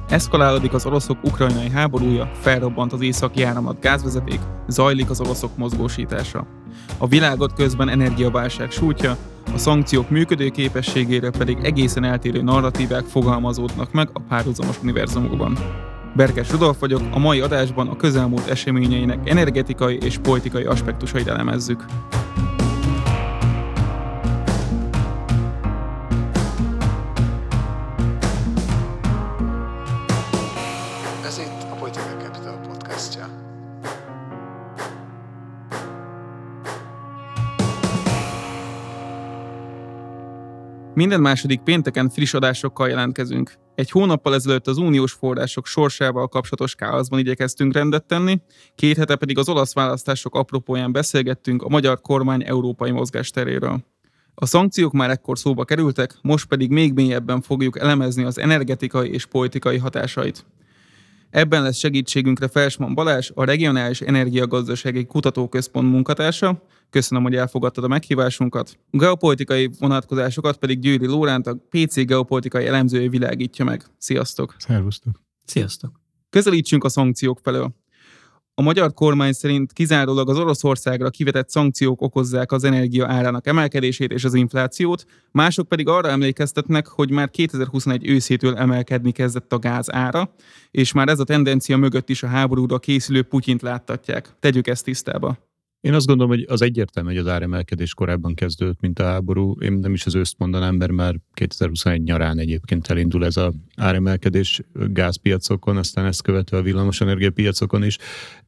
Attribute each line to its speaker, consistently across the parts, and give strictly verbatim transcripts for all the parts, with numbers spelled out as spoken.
Speaker 1: Eszkalálódik az oroszok ukrajnai háborúja, felrobbant az északi áramlat gázvezeték, zajlik az oroszok mozgósítása. A világot közben energiaválság sújtja, a szankciók működőképességéről pedig egészen eltérő narratívák fogalmazódnak meg a párhuzamos univerzumokban. Berkes Rudolf vagyok, a mai adásban a közelmúlt eseményeinek energetikai és politikai aspektusait elemezzük.
Speaker 2: Ez itt a Political Capital podcastja.
Speaker 1: Minden második pénteken friss adásokkal jelentkezünk. Egy hónappal ezelőtt az uniós források sorsával kapcsolatos káoszban igyekeztünk rendet tenni, két hete pedig az olasz választások apropóján beszélgettünk a magyar kormány európai mozgásteréről. A szankciók már ekkor szóba kerültek, most pedig még mélyebben fogjuk elemezni az energetikai és politikai hatásait. Ebben lesz segítségünkre Felsman Balázs, a Regionális Energiagazdasági Kutatóközpont munkatársa. Köszönöm, hogy elfogadtad a meghívásunkat. A geopolitikai vonatkozásokat pedig Győri Lóránt, a pé cé geopolitikai elemzője világítja meg. Sziasztok!
Speaker 3: Szervusztok!
Speaker 4: Sziasztok!
Speaker 1: Közelítsünk a szankciók felől. A magyar kormány szerint kizárólag az Oroszországra kivetett szankciók okozzák az energia árának emelkedését és az inflációt, mások pedig arra emlékeztetnek, hogy már kétezer-huszonegy őszétől emelkedni kezdett a gáz ára, és már ez a tendencia mögött is a háborúra készülő Putyint láttatják. Tegyük ezt tisztába.
Speaker 3: Én azt gondolom, hogy az egyértelmű, hogy az áremelkedés korábban kezdődött, mint a háború. Én nem is az őszt mondanám, mert már kétezer-huszonegy nyarán egyébként elindul ez az áremelkedés gázpiacokon, aztán ezt követve a villamosenergia piacokon is.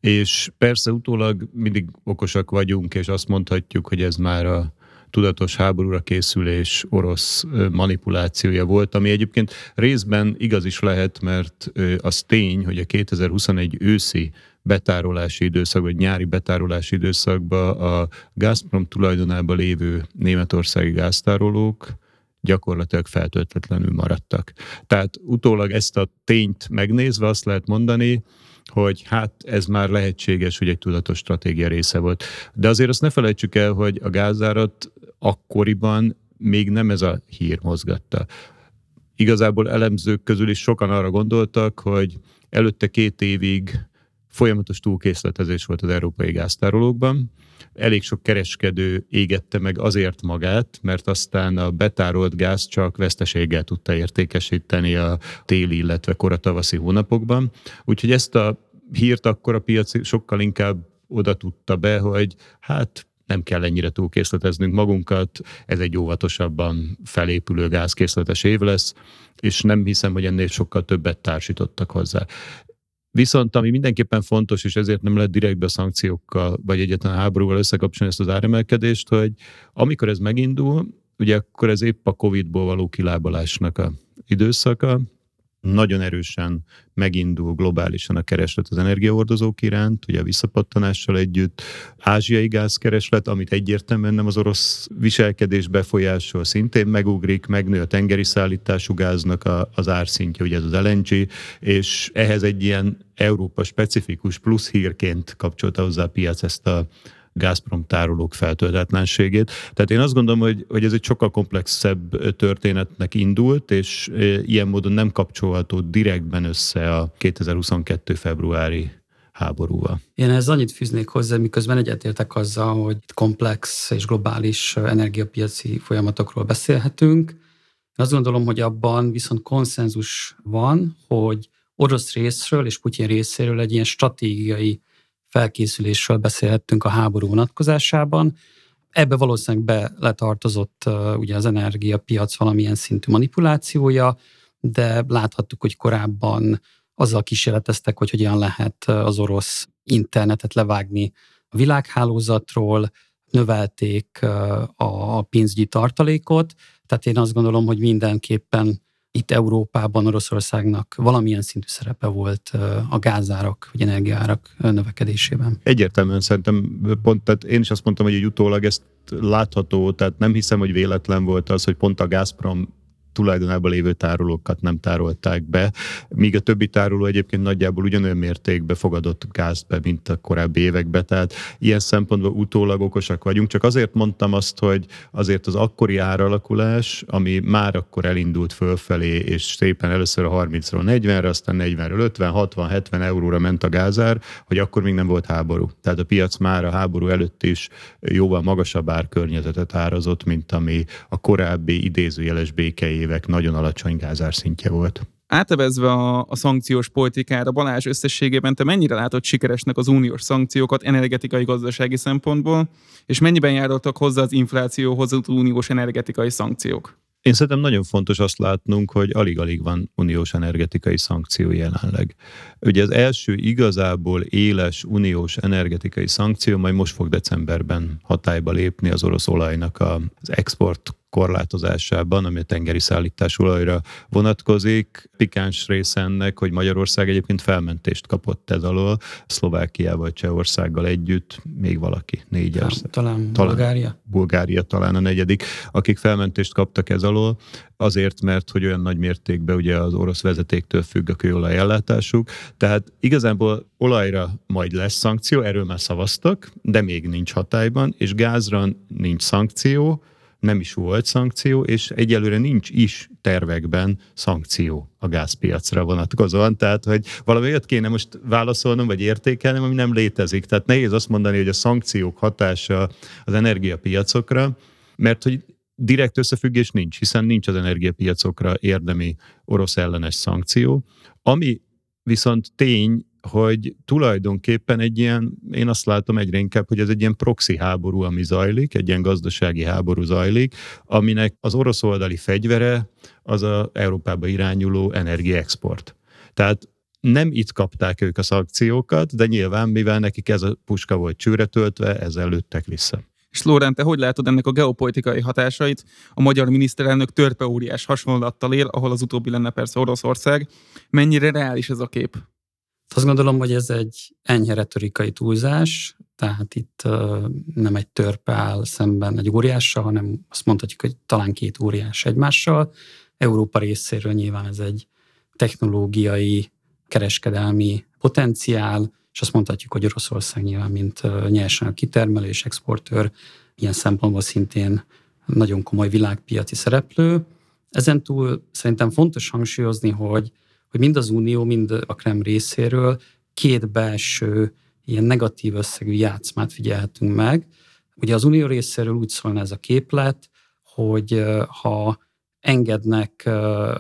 Speaker 3: És persze utólag mindig okosak vagyunk, és azt mondhatjuk, hogy ez már a tudatos háborúra készülés orosz manipulációja volt, ami egyébként részben igaz is lehet, mert az tény, hogy a kétezer-huszonegy őszi betárolási időszak, vagy nyári betárolási időszakban a Gazprom tulajdonában lévő németországi gáztárolók gyakorlatilag feltöltetlenül maradtak. Tehát utólag ezt a tényt megnézve azt lehet mondani, hogy hát ez már lehetséges, hogy egy tudatos stratégia része volt. De azért azt ne felejtsük el, hogy a gázárat akkoriban még nem ez a hír mozgatta. Igazából elemzők közül is sokan arra gondoltak, hogy előtte két évig folyamatos túlkészletezés volt az európai gáztárolókban. Elég sok kereskedő égette meg azért magát, mert aztán a betárolt gáz csak veszteséggel tudta értékesíteni a téli, illetve koratavaszi hónapokban. Úgyhogy ezt a hírt akkor a piac sokkal inkább oda tudta be, hogy hát nem kell ennyire túlkészleteznünk magunkat, ez egy óvatosabban felépülő gázkészletes év lesz, és nem hiszem, hogy ennél sokkal többet társítottak hozzá. Viszont ami mindenképpen fontos, és ezért nem lehet direktbe a szankciókkal, vagy egyetlen a háborúval összekapcsolni ezt az áremelkedést, hogy amikor ez megindul, ugye akkor ez épp a Covidból való kilábalásnak a időszaka, nagyon erősen megindul globálisan a kereslet az energiahordozók iránt, ugye a visszapattanással együtt, ázsiai gázkereslet, amit egyértelműen nem az orosz viselkedés befolyásol, szintén megugrik, megnő a tengeri szállítású gáznak a, az árszintje, ugye ez az el en gé, és ehhez egy ilyen Európa specifikus plusz hírként kapcsolta hozzá a piac ezt a Gazprom tárolók feltöltetlenségét. Tehát én azt gondolom, hogy, hogy ez egy sokkal komplexebb történetnek indult, és ilyen módon nem kapcsolható direktben össze a kétezer-huszonkettő februári háborúval.
Speaker 4: Én ez annyit fűznék hozzá, miközben egyetértek azzal, hogy komplex és globális energiapiaci folyamatokról beszélhetünk. Én azt gondolom, hogy abban viszont konszenzus van, hogy orosz részről és Putyin részéről egy ilyen stratégiai felkészülésről beszélhettünk a háború vonatkozásában. Ebbe valószínűleg be letartozott uh, ugye az energiapiac valamilyen szintű manipulációja, de láthattuk, hogy korábban azzal kísérleteztek, hogy hogyan lehet az orosz internetet levágni a világhálózatról, növelték uh, a pénzügyi tartalékot, tehát én azt gondolom, hogy mindenképpen itt Európában Oroszországnak valamilyen szintű szerepe volt a gázárak, vagy energiaárak növekedésében.
Speaker 3: Egyértelműen szerintem pont, tehát én is azt mondtam, hogy egy utólag ezt látható, tehát nem hiszem, hogy véletlen volt az, hogy pont a Gazprom tulajdonában lévő tárolókat nem tárolták be, míg a többi tároló egyébként nagyjából ugyanolyan mértékben fogadott gázt be, mint a korábbi években, tehát ilyen szempontból utólag okosak vagyunk. Csak azért mondtam azt, hogy azért az akkori áralakulás, ami már akkor elindult fölfelé, és szépen először a harmincról negyvenre, aztán negyvenről ötven, hatvan, hetven euróra ment a gázár, hogy akkor még nem volt háború. Tehát a piac már a háború előtt is jóval magasabb árkörnyezetet árazott, mint ami a korábbi idézőjeles békeévek nagyon alacsony gázárszintje volt.
Speaker 1: Átevezve a, a szankciós politikára, Balázs, összességében te mennyire látod sikeresnek az uniós szankciókat energetikai gazdasági szempontból, és mennyiben járultak hozzá az inflációhoz az uniós energetikai szankciók?
Speaker 3: Én szerintem nagyon fontos azt látnunk, hogy alig-alig van uniós energetikai szankció jelenleg. Ugye az első igazából éles uniós energetikai szankció majd most fog decemberben hatályba lépni az orosz olajnak az export korlátozásában, ami a tengeri szállítás olajra vonatkozik. Pikáns része ennek, hogy Magyarország egyébként felmentést kapott ez alól, Szlovákiával, Csehországgal együtt, még valaki, négy ország.
Speaker 4: Talán Bulgária?
Speaker 3: Bulgária talán a negyedik, akik felmentést kaptak ez alól, azért, mert hogy olyan nagy mértékben ugye az orosz vezetéktől függ a kőolaj ellátásuk. Tehát igazából olajra majd lesz szankció, erről már szavaztak, de még nincs hatályban, és gázra nincs szankció, nem is volt szankció, és egyelőre nincs is tervekben szankció a gázpiacra vonatkozóan. Tehát, hogy valami olyat kéne most válaszolnom, vagy értékelnem, ami nem létezik. Tehát nehéz azt mondani, hogy a szankciók hatása az energiapiacokra, mert hogy direkt összefüggés nincs, hiszen nincs az energiapiacokra érdemi orosz ellenes szankció. Ami viszont tény, hogy tulajdonképpen egy ilyen, én azt látom egyre inkább, hogy ez egy ilyen proxy háború, ami zajlik, egy ilyen gazdasági háború zajlik, aminek az orosz oldali fegyvere az az Európába irányuló energiaexport. Tehát nem itt kapták ők a szankciókat, de nyilván, mivel nekik ez a puska volt csőre töltve, ezzel lőttek vissza.
Speaker 1: És Lórán, te hogy látod ennek a geopolitikai hatásait? A magyar miniszterelnök törpeóriás hasonlattal él, ahol az utóbbi lenne persze Oroszország. Mennyire reális ez a kép?
Speaker 4: Azt gondolom, hogy ez egy enyhe retorikai túlzás, tehát itt uh, nem egy törpe áll szemben egy óriással, hanem azt mondhatjuk, hogy talán két óriás egymással. Európa részéről nyilván ez egy technológiai, kereskedelmi potenciál, és azt mondhatjuk, hogy Oroszország nyilván, mint uh, nyersanyag kitermelő és exportőr, ilyen szempontból szintén nagyon komoly világpiaci szereplő. Ezentúl szerintem fontos hangsúlyozni, hogy hogy mind az Unió, mind a Kreml részéről két belső ilyen negatív összegű játszmát figyelhetünk meg. Ugye az Unió részéről úgy szólna ez a képlet, hogy ha engednek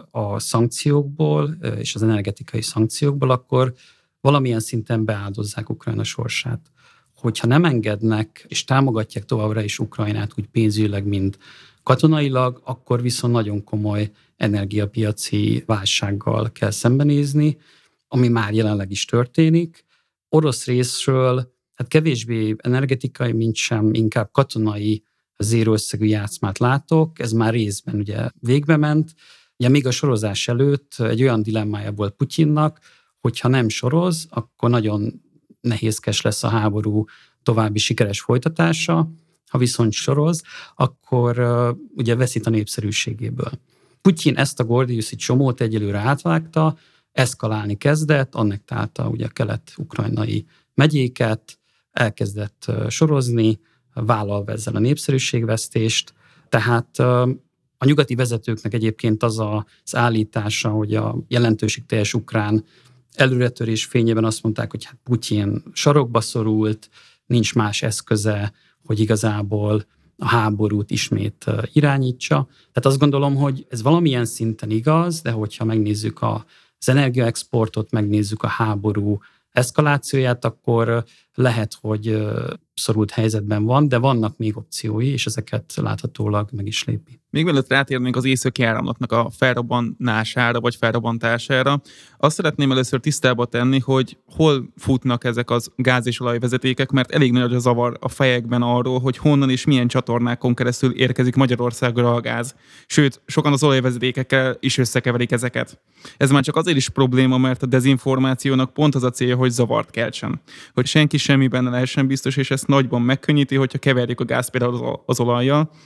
Speaker 4: a szankciókból és az energetikai szankciókból, akkor valamilyen szinten beáldozzák Ukrajna sorsát. Hogyha nem engednek és támogatják továbbra is Ukrajnát úgy pénzügyileg, mint katonailag, akkor viszont nagyon komoly energiapiaci válsággal kell szembenézni, ami már jelenleg is történik. Orosz részről hát kevésbé energetikai, mint sem, inkább katonai zéró összegű játszmát látok. Ez már részben ugye végbe ment. Ugye még a sorozás előtt egy olyan dilemmája volt Putyinnak, hogyha nem soroz, akkor nagyon nehézkes lesz a háború további sikeres folytatása. Ha viszont soroz, akkor uh, ugye veszít a népszerűségéből. Putyin ezt a gordiuszi csomót egyelőre átvágta, eszkalálni kezdett, annektálta ugye a kelet-ukrajnai megyéket, elkezdett uh, sorozni, vállalva ezzel a népszerűségvesztést. Tehát uh, a nyugati vezetőknek egyébként az a, az állítása, hogy a jelentőségteljes ukrán előretörés fényében azt mondták, hogy hát Putyin sarokba szorult, nincs más eszköze, hogy igazából a háborút ismét irányítsa. Tehát azt gondolom, hogy ez valamilyen szinten igaz, de hogyha megnézzük az energiaexportot, megnézzük a háború eszkalációját, akkor lehet, hogy szorult helyzetben van, de vannak még opciói, és ezeket láthatólag meg is lépi.
Speaker 1: Még mielőtt rátérnénk az északi áramlatnak a felrobbanására vagy felrobbantására, azt szeretném először tisztába tenni, hogy hol futnak ezek az gáz- és olajvezetékek, mert elég nagy a zavar a fejekben arról, hogy honnan és milyen csatornákon keresztül érkezik Magyarországra a gáz. Sőt, sokan az olajvezetékekkel is összekeverik ezeket. Ez már csak azért is probléma, mert a dezinformációnak pont az a célja, hogy zavart keltsen. Hogy senki semmiben ne lehessen biztos, és ezt nagyban megkönnyíti, hogyha keverjük a gáz például az olajjal.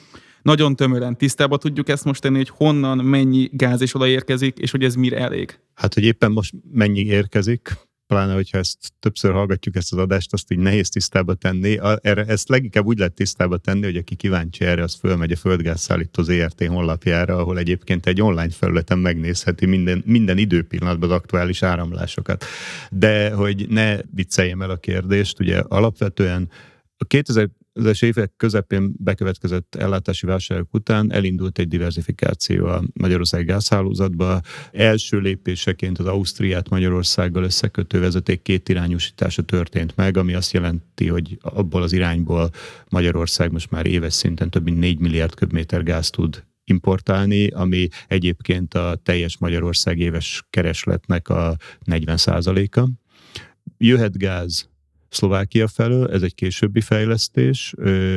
Speaker 1: Nagyon tömören tisztába tudjuk ezt most tenni, hogy honnan mennyi gáz és olaj érkezik, és hogy ez mire elég?
Speaker 3: Hát, hogy éppen most mennyi érkezik, pláne, hogyha ezt többször hallgatjuk ezt az adást, azt így nehéz tisztába tenni. Erre, ezt leginkább úgy lehet tisztába tenni, hogy aki kíváncsi erre, az fölmegy a Földgázszállító zé er té honlapjára, ahol egyébként egy online felületen megnézheti minden, minden időpillanatban az aktuális áramlásokat. De hogy ne vicceljem el a kérdést, ugye alapvetően a kétezres évek közepén bekövetkezett ellátási válságok után elindult egy diversifikáció a magyarországi gázhálózatba. Első lépéseként az Ausztriát Magyarországgal összekötő vezeték kétirányúsítása történt meg, ami azt jelenti, hogy abból az irányból Magyarország most már éves szinten több mint négy milliárd köbméter gáz tud importálni, ami egyébként a teljes Magyarország éves keresletnek a negyven százaléka. Jöhet gáz Szlovákia felől, ez egy későbbi fejlesztés,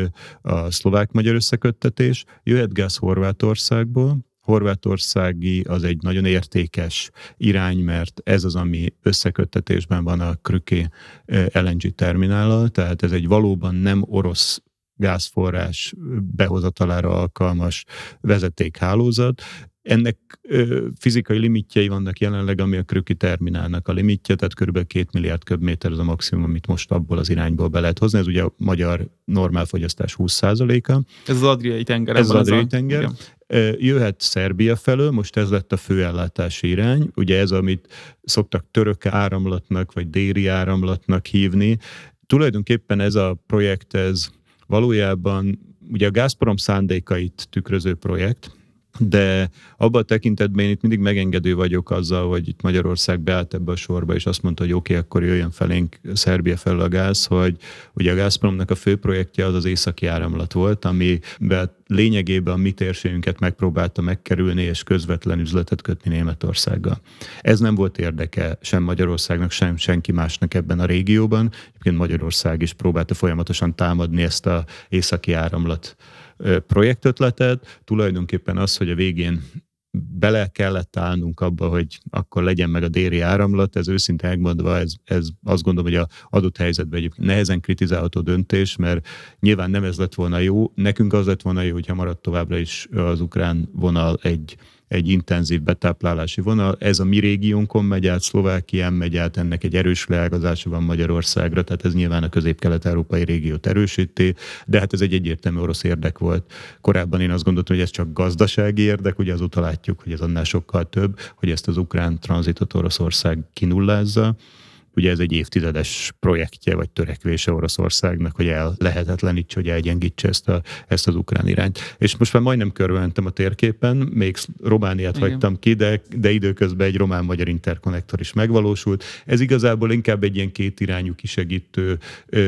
Speaker 3: a szlovák-magyar összeköttetés, jöhet gáz Horvátországból, horvátországi az egy nagyon értékes irány, mert ez az, ami összeköttetésben van a Krüki el en gé terminállal, tehát ez egy valóban nem orosz gázforrás behozatalára alkalmas vezetékhálózat. Ennek ö, fizikai limitjei vannak jelenleg, ami a Krüki terminálnak a limitje, tehát kb. két milliárd köbméter az a maximum, amit most abból az irányból be lehet hozni. Ez ugye a magyar normál fogyasztás húsz százaléka.
Speaker 1: Ez az Adriai tenger.
Speaker 3: Ez az Adriai
Speaker 1: a...
Speaker 3: tenger.
Speaker 1: Igen.
Speaker 3: Jöhet Szerbia felől, most ez lett a főellátási irány. Ugye ez, amit szoktak török áramlatnak, vagy déli áramlatnak hívni. Tulajdonképpen ez a projekt, ez valójában ugye a Gazprom szándékait tükröző projekt, de abban a tekintetben én itt mindig megengedő vagyok azzal, hogy itt Magyarország beállt ebbe a sorba, és azt mondta, hogy oké, okay, akkor jöjjön felénk Szerbia felől a gáz, hogy ugye a Gazpromnak a fő projektje az az északi áramlat volt, amiben lényegében a mi térségünket megpróbálta megkerülni, és közvetlen üzletet kötni Németországgal. Ez nem volt érdeke sem Magyarországnak, sem senki másnak ebben a régióban. Egyébként Magyarország is próbálta folyamatosan támadni ezt az északi áramlat projektötletet, tulajdonképpen az, hogy a végén bele kellett állnunk abba, hogy akkor legyen meg a déli áramlat, ez őszintén megmondva, ez, ez azt gondolom, hogy az adott helyzetben egyébként nehezen kritizálható döntés, mert nyilván nem ez lett volna jó, nekünk az lett volna jó, hogyha maradt továbbra is az ukrán vonal egy egy intenzív betáplálási vonal. Ez a mi régiónkon megy át, Szlovákián megy át, ennek egy erős leágazása van Magyarországra, tehát ez nyilván a közép-kelet-európai régiót erősíti, de hát ez egy egyértelmű orosz érdek volt. Korábban én azt gondoltam, hogy ez csak gazdasági érdek, ugye azóta látjuk, hogy ez annál sokkal több, hogy ezt az ukrán tranzitot Oroszország kinullázza. Ugye ez egy évtizedes projektje, vagy törekvése Oroszországnak, hogy el lehetetlenítse, hogy elgyengítse ezt, a, ezt az ukrán irányt. És most már majdnem körbementem a térképen, még Romániát Igen. hagytam ki, de, de időközben egy román-magyar interkonnektor is megvalósult. Ez igazából inkább egy ilyen kétirányú kisegítő,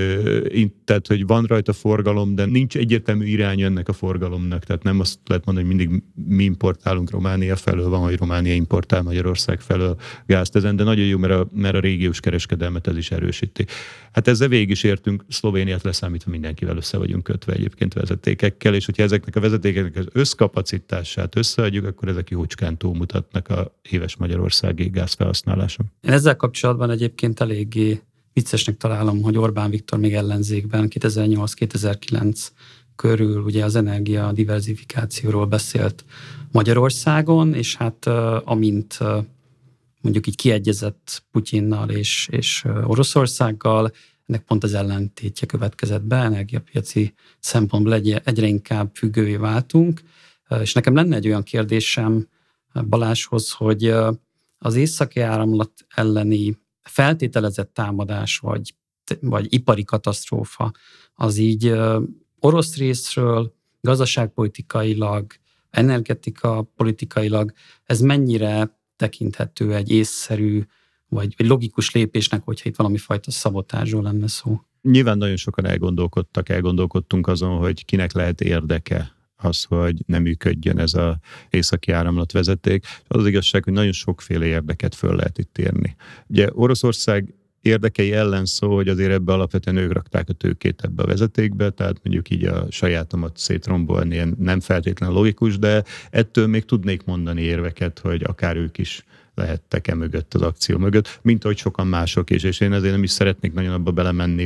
Speaker 3: ö, tehát hogy van rajta forgalom, de nincs egyértelmű irány ennek a forgalomnak, tehát nem azt lehet mondani, hogy mindig mi importálunk Románia felől, van, hogy Románia importál Magyarország felől gázt ezen, de nagyon jó, mert a, mert a régiós kereskedelmet ez is erősíti. Hát ezzel végig is értünk, Szlovéniát leszámítva mindenkivel össze vagyunk kötve egyébként vezetékekkel, és hogyha ezeknek a vezetékeknek az összkapacitását összeadjuk, akkor ezek jócskán túlmutatnak a éves magyarországi gázfelhasználáson.
Speaker 4: Én ezzel kapcsolatban egyébként eléggé viccesnek találom, hogy Orbán Viktor még ellenzékben kétezer-nyolc kétezer-kilenc körül ugye az energia diverzifikációról beszélt Magyarországon, és hát amint mondjuk így kiegyezett Putyinnal és, és Oroszországgal, ennek pont az ellentétje következett be, energiapiaci szempontból egyre, egyre inkább függővé váltunk, és nekem lenne egy olyan kérdésem Balázshoz, hogy az északi áramlat elleni feltételezett támadás, vagy, vagy ipari katasztrófa, az így orosz részről, gazdaságpolitikailag, energetika politikailag, ez mennyire tekinthető egy észszerű, vagy, vagy logikus lépésnek, hogyha itt valami fajta szabotázsról lenne szó?
Speaker 3: Nyilván nagyon sokan elgondolkodtak, elgondolkodtunk azon, hogy kinek lehet érdeke az, hogy nem működjön ez az északi áramlatvezeték. Az, az igazság, hogy nagyon sokféle érdeket föl lehet itt érni. Ugye Oroszország érdekei ellen szó, hogy azért ebbe alapvetően ők rakták a tőkét ebbe a vezetékbe, tehát mondjuk így a sajátomat szétrombolni ilyen nem feltétlenül logikus, de ettől még tudnék mondani érveket, hogy akár ők is lehettek e mögött, az akció mögött, mint ahogy sokan mások is, és én ezért nem is szeretnék nagyon abba belemenni, hogy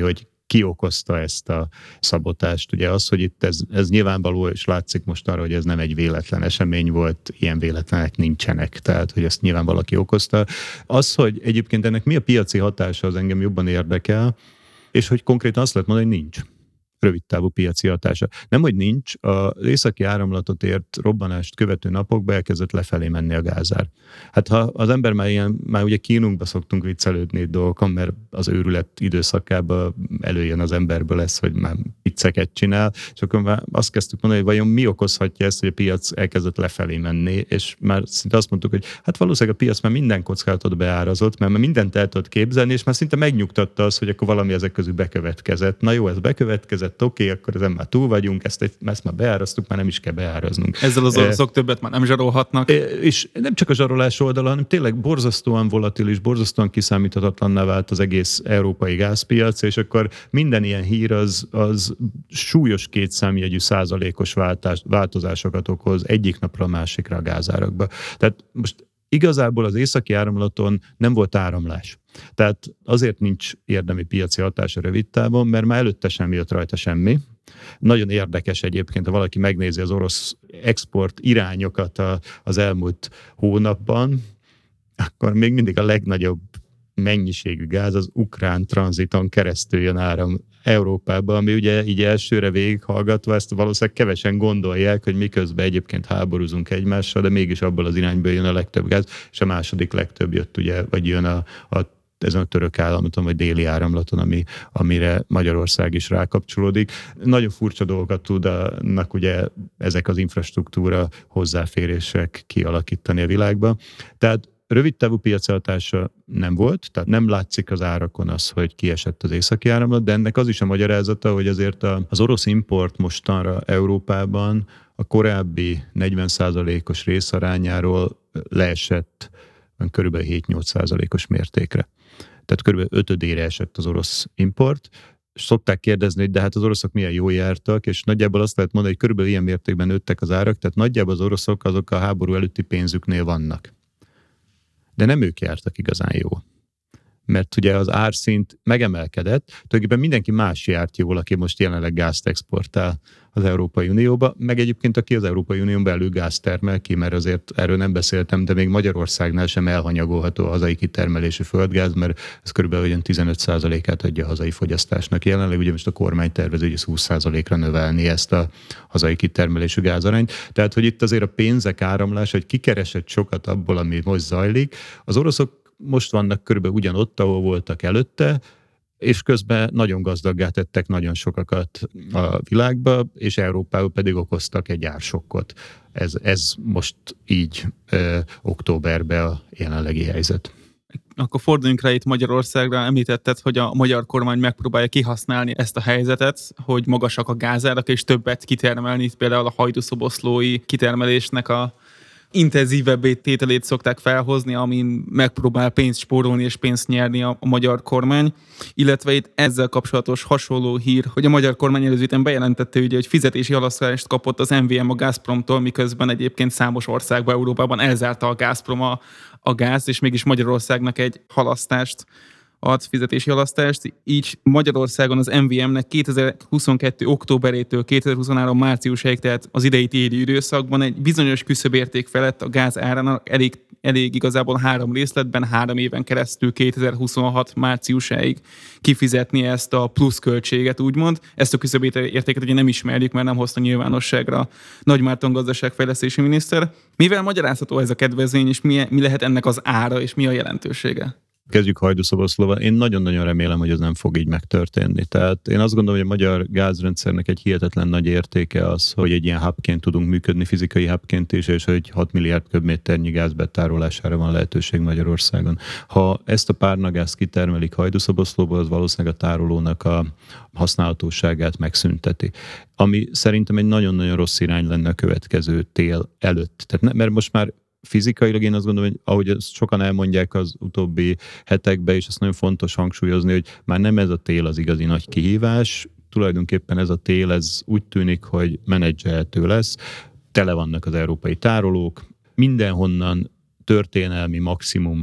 Speaker 3: ki okozta ezt a szabotást. Ugye az, hogy itt ez, ez nyilvánvaló, és látszik most arra, hogy ez nem egy véletlen esemény volt, ilyen véletlenek nincsenek, tehát hogy ezt nyilván valaki okozta. Az, hogy egyébként ennek mi a piaci hatása, az engem jobban érdekel, és hogy konkrétan azt lehet mondani, hogy nincs rövidtávú piaci hatása. Nem, hogy nincs, az északi áramlatot ért robbanást követő napokban elkezdett lefelé menni a gázár. Hát ha az ember már ilyen, már ugye kínunkba szoktunk viccelődni dolgokon, mert az őrület időszakában előjön az emberből lesz, hogy már vicceket csinál, és akkor már azt kezdtük mondani, hogy vajon mi okozhatja ezt, hogy a piac elkezdett lefelé menni, és már szinte azt mondtuk, hogy hát valószínűleg a piac már minden kockázatot beárazott, mert már mindent el tudott képzelni, és már szinte megnyugtatta az, hogy akkor valami ezek közül bekövetkezett. Na jó, ez bekövetkezett, oké, okay, akkor ezen már túl vagyunk, ezt, ezt már beáraztuk, már nem is kell beáraznunk.
Speaker 1: Ezzel az oroszok e, többet már nem zsarolhatnak.
Speaker 3: E, és nem csak a zsarolás oldala, hanem tényleg borzasztóan volatilis, borzasztóan kiszámíthatatlanná vált az egész európai gázpiac, és akkor minden ilyen hír az, az súlyos kétszámjegyű százalékos váltás, változásokat okoz egyik napra a másikra a gázárakba. Tehát most igazából az északi áramlaton nem volt áramlás. Tehát azért nincs érdemi piaci hatása rövid távon, mert már előtte sem jött rajta semmi. Nagyon érdekes egyébként, ha valaki megnézi az orosz export irányokat a, az elmúlt hónapban, akkor még mindig a legnagyobb mennyiségű gáz az ukrán tranziton keresztül jön áram Európába, ami ugye így elsőre végighallgatva ezt valószínűleg kevesen gondolják, hogy miközben egyébként háborúzunk egymással, de mégis abból az irányból jön a legtöbb gáz, és a második legtöbb jött ugye, vagy jön a, a ezen a török áramlaton, vagy déli áramlaton, ami, amire Magyarország is rákapcsolódik. Nagyon furcsa dolgokat tudnak ugye ezek az infrastruktúra hozzáférések kialakítani a világba. Tehát rövidtávú piaci hatása nem volt, tehát nem látszik az árakon az, hogy kiesett az északi áramlat, de ennek az is a magyarázata, hogy azért az orosz import mostanra Európában a korábbi negyven százalékos részarányáról leesett körülbelül hét-nyolc százalékos mértékre. Tehát körülbelül ötödére esett az orosz import. Szokták kérdezni, hogy de hát az oroszok milyen jól jártak, és nagyjából azt lehet mondani, hogy körülbelül ilyen mértékben nőttek az árak, tehát nagyjából az oroszok azok a háború előtti pénzüknél vannak. De nem ők jártak igazán jól. Mert ugye az árszint megemelkedett, tulajdonképpen mindenki más járt jól, aki most jelenleg gázt exportál az Európai Unióba, meg egyébként aki az Európai Unión belül gáz termel ki, mert azért erről nem beszéltem, de még Magyarországnál sem elhanyagolható a hazai kitermelésű földgáz, mert ez körülbelül olyan tizenöt százalékát adja a hazai fogyasztásnak. Jelenleg ugye most a kormány tervezi, hogy húsz százalékra növelni ezt a hazai kitermelésű gázarányt. Tehát, hogy itt azért a pénzek áramlása, hogy kikeresett sokat abból, ami most zajlik, az oroszok most vannak körülbelül ugyanott, ahol voltak előtte, és közben nagyon gazdaggá tettek nagyon sokakat a világba, és Európából pedig okoztak egy ársokkot. Ez, ez most így ö, októberben a jelenlegi helyzet.
Speaker 1: Akkor forduljunk rá itt Magyarországra. Említetted, hogy a magyar kormány megpróbálja kihasználni ezt a helyzetet, hogy magasak a gázárak, és többet kitermelni, például a hajdúszoboszlói kitermelésnek a intenzívebb tételét szokták felhozni, amin megpróbál pénzt spórolni és pénzt nyerni a, a magyar kormány. Illetve itt ezzel kapcsolatos hasonló hír, hogy a magyar kormány előző héten bejelentette, ugye, hogy fizetési halasztást kapott az em vé em a Gazpromtól, miközben egyébként számos országban, Európában elzárta a Gazprom a, a gáz, és mégis Magyarországnak egy halasztást ad, fizetési halasztást. Így Magyarországon az em vé em-nek kétezer-huszonkettő októberétől kétezer-huszonhárom márciusáig, tehát az idei téli időszakban egy bizonyos küszöbérték felett a gáz árának elég, elég igazából három részletben, három éven keresztül kétezer-huszonhat márciusáig kifizetni ezt a pluszköltséget, úgymond. Ezt a küszöbértéket ugye nem ismerjük, mert nem hozta nyilvánosságra Nagy Márton gazdaságfejlesztési miniszter. Mivel magyarázható ez a kedvezmény, és mi, mi lehet ennek az ára, és mi a jelentősége?
Speaker 3: Kezdjük Hajdúszoboszlóval. Én nagyon-nagyon remélem, hogy ez nem fog így megtörténni. Tehát én azt gondolom, hogy a magyar gázrendszernek egy hihetetlen nagy értéke az, hogy egy ilyen hubként tudunk működni, fizikai hubként is, és hogy hat milliárd köbméternyi gáz betárolására van lehetőség Magyarországon. Ha ezt a párnagázt kitermelik Hajdúszoboszlóból, az valószínűleg a tárolónak a használhatóságát megszünteti. Ami szerintem egy nagyon-nagyon rossz irány lenne a következő tél előtt. Tehát ne, mert most már fizikailag én azt gondolom, hogy ahogy ezt sokan elmondják az utóbbi hetekben, és ezt nagyon fontos hangsúlyozni, hogy már nem ez a tél az igazi nagy kihívás, tulajdonképpen ez a tél, ez úgy tűnik, hogy menedzselhető lesz, tele vannak az európai tárolók, mindenhonnan történelmi maximum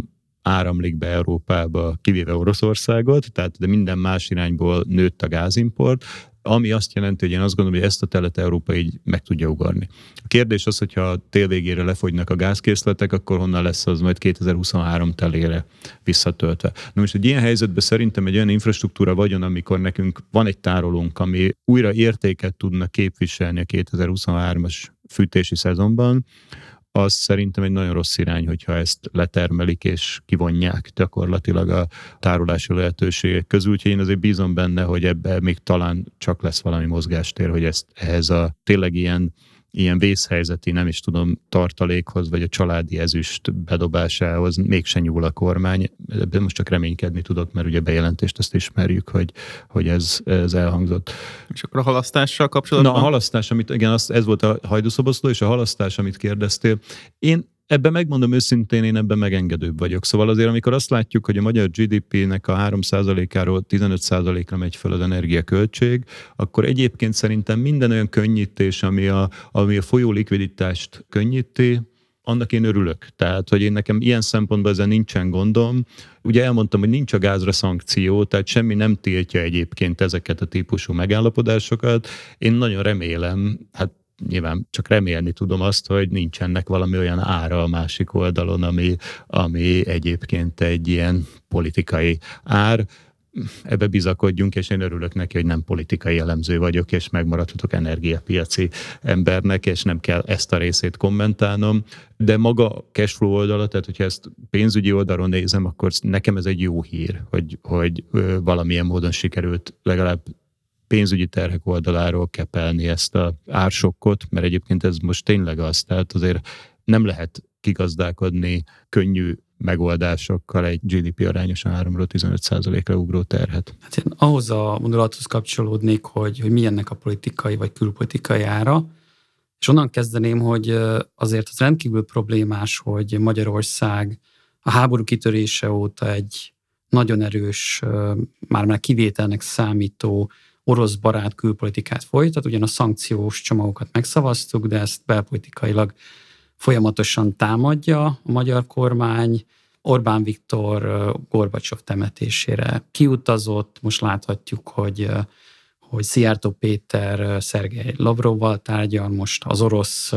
Speaker 3: áramlik be Európába, kivéve Oroszországot, tehát de minden más irányból nőtt a gázimport, ami azt jelenti, hogy én azt gondolom, hogy ezt a telet Európa így meg tudja ugarni. A kérdés az, hogyha tél végére lefogynak a gázkészletek, akkor honnan lesz az majd kétezer-huszonhárom telére visszatöltve. Na most egy ilyen helyzetben szerintem egy olyan infrastruktúra vagyon, amikor nekünk van egy tárolónk, ami újra értéket tudna képviselni a kétezer-huszonhármas fűtési szezonban, az szerintem egy nagyon rossz irány, hogyha ezt letermelik és kivonják gyakorlatilag a tárolási lehetőségek közül. Úgyhogy én azért bízom benne, hogy ebben még talán csak lesz valami mozgástér, hogy ezt ehhez a tényleg ilyen, ilyen vészhelyzeti, nem is tudom, tartalékhoz, vagy a családi ezüst bedobásához mégsem nyúl a kormány. Ebben most csak reménykedni tudok, mert ugye bejelentést ezt ismerjük, hogy, hogy ez, ez elhangzott.
Speaker 1: És akkor a halasztással kapcsolatban?
Speaker 3: Na, a halasztás, amit, igen, az, ez volt a hajdúszoboszló, és a halasztás, amit kérdeztél. Én ebben megmondom őszintén, én ebben megengedőbb vagyok. Szóval azért, amikor azt látjuk, hogy a magyar gé dé pének a három százalékáról tizenöt százalékra megy föl az energiaköltség, akkor egyébként szerintem minden olyan könnyítés, ami a, ami a folyó likviditást könnyíti, annak én örülök. Tehát, hogy én nekem ilyen szempontból ezzel nincsen gondom. Ugye elmondtam, hogy nincs a gázra szankció, tehát semmi nem tiltja egyébként ezeket a típusú megállapodásokat. Én nagyon remélem, hát nyilván csak remélni tudom azt, hogy nincsenek valami olyan ára a másik oldalon, ami, ami egyébként egy ilyen politikai ár. Ebbe bizakodjunk, és én örülök neki, hogy nem politikai elemző vagyok, és megmaradhatok energiapiaci embernek, és nem kell ezt a részét kommentálnom. De maga a cashflow oldala, tehát hogyha ezt pénzügyi oldalról nézem, akkor nekem ez egy jó hír, hogy, hogy valamilyen módon sikerült legalább pénzügyi terhek oldaláról kepelni ezt a ársokkot, mert egyébként ez most tényleg az, tehát azért nem lehet kigazdálkodni könnyű megoldásokkal egy gé dé pé arányosan háromról tizenöt százalékra ugró terhet.
Speaker 4: Hát én ahhoz a gondolathoz kapcsolódnék, hogy, hogy mi ennek a politikai vagy külpolitikai ára, és onnan kezdeném, hogy azért az rendkívül problémás, hogy Magyarország a háború kitörése óta egy nagyon erős, már már kivételnek számító orosz barát külpolitikát folytat, ugyan a szankciós csomagokat megszavaztuk, de ezt belpolitikailag folyamatosan támadja a magyar kormány. Orbán Viktor Gorbacsov temetésére kiutazott, most láthatjuk, hogy, hogy Szijjártó Péter Szergej Lavrovval tárgyal, most az orosz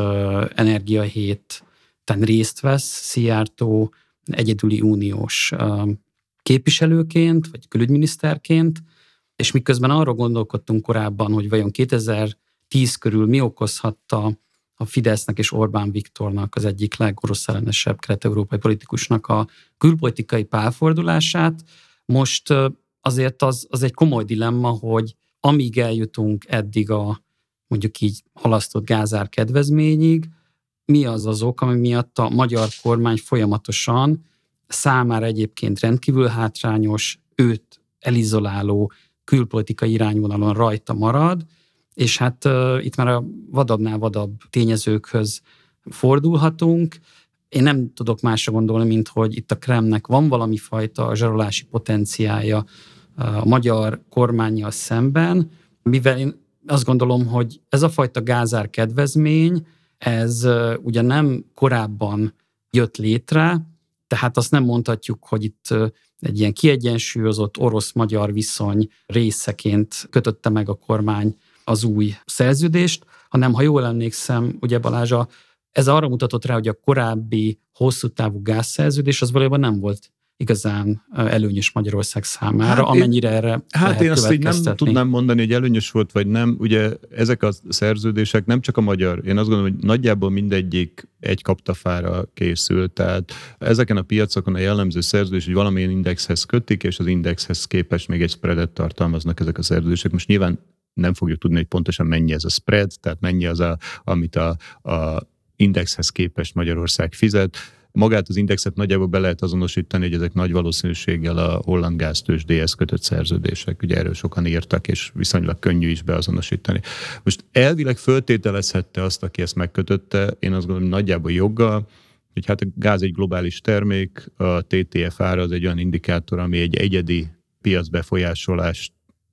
Speaker 4: energiahéten részt vesz Szijjártó egyedüli uniós képviselőként, vagy külügyminiszterként, és miközben arról gondolkodtunk korábban, hogy vajon kétezer-tíz körül mi okozhatta a Fidesznek és Orbán Viktornak, az egyik legorosz ellenesebb kelet-európai politikusnak a külpolitikai pálfordulását, most azért az, az egy komoly dilemma, hogy amíg eljutunk eddig a mondjuk így halasztott gázár kedvezményig, mi az az ok, ami miatt a magyar kormány folyamatosan számára egyébként rendkívül hátrányos, őt elizoláló külpolitikai irányvonalon rajta marad, és hát uh, itt már a vadabbnál vadabb tényezőkhöz fordulhatunk. Én nem tudok másra gondolni, mint hogy itt a Kremlnek van valami fajta zsarolási potenciálja a magyar kormánnyal szemben, mivel én azt gondolom, hogy ez a fajta gázár kedvezmény, ez uh, ugye nem korábban jött létre, tehát azt nem mondhatjuk, hogy itt uh, egy ilyen kiegyensúlyozott orosz-magyar viszony részeként kötötte meg a kormány az új szerződést, hanem ha jól emlékszem, ugye Balázs, ez arra mutatott rá, hogy a korábbi hosszú távú gázszerződés az valójában nem volt igazán előnyös Magyarország számára, hát amennyire én, erre
Speaker 3: Hát én azt így nem tudnám mondani, hogy előnyös volt, vagy nem. Ugye ezek a szerződések nem csak a magyar, én azt gondolom, hogy nagyjából mindegyik egy kaptafára készült, tehát ezeken a piacokon a jellemző szerződés, hogy valamilyen indexhez kötik, és az indexhez képest még egy spreadet tartalmaznak ezek a szerződések. Most nyilván nem fogjuk tudni, hogy pontosan mennyi ez a spread, tehát mennyi az, a, amit a, a indexhez képest Magyarország fizet. Magát az indexet nagyjából be lehet azonosítani, hogy ezek nagy valószínűséggel a holland gáztőzsdéhez kötött szerződések. Ugye erről sokan írtak, és viszonylag könnyű is beazonosítani. Most elvileg föltételezhette azt, aki ezt megkötötte, én azt gondolom, nagyjából joggal, hogy hát a gáz egy globális termék, a té té ef ára az egy olyan indikátor, ami egy egyedi piacbefolyásolást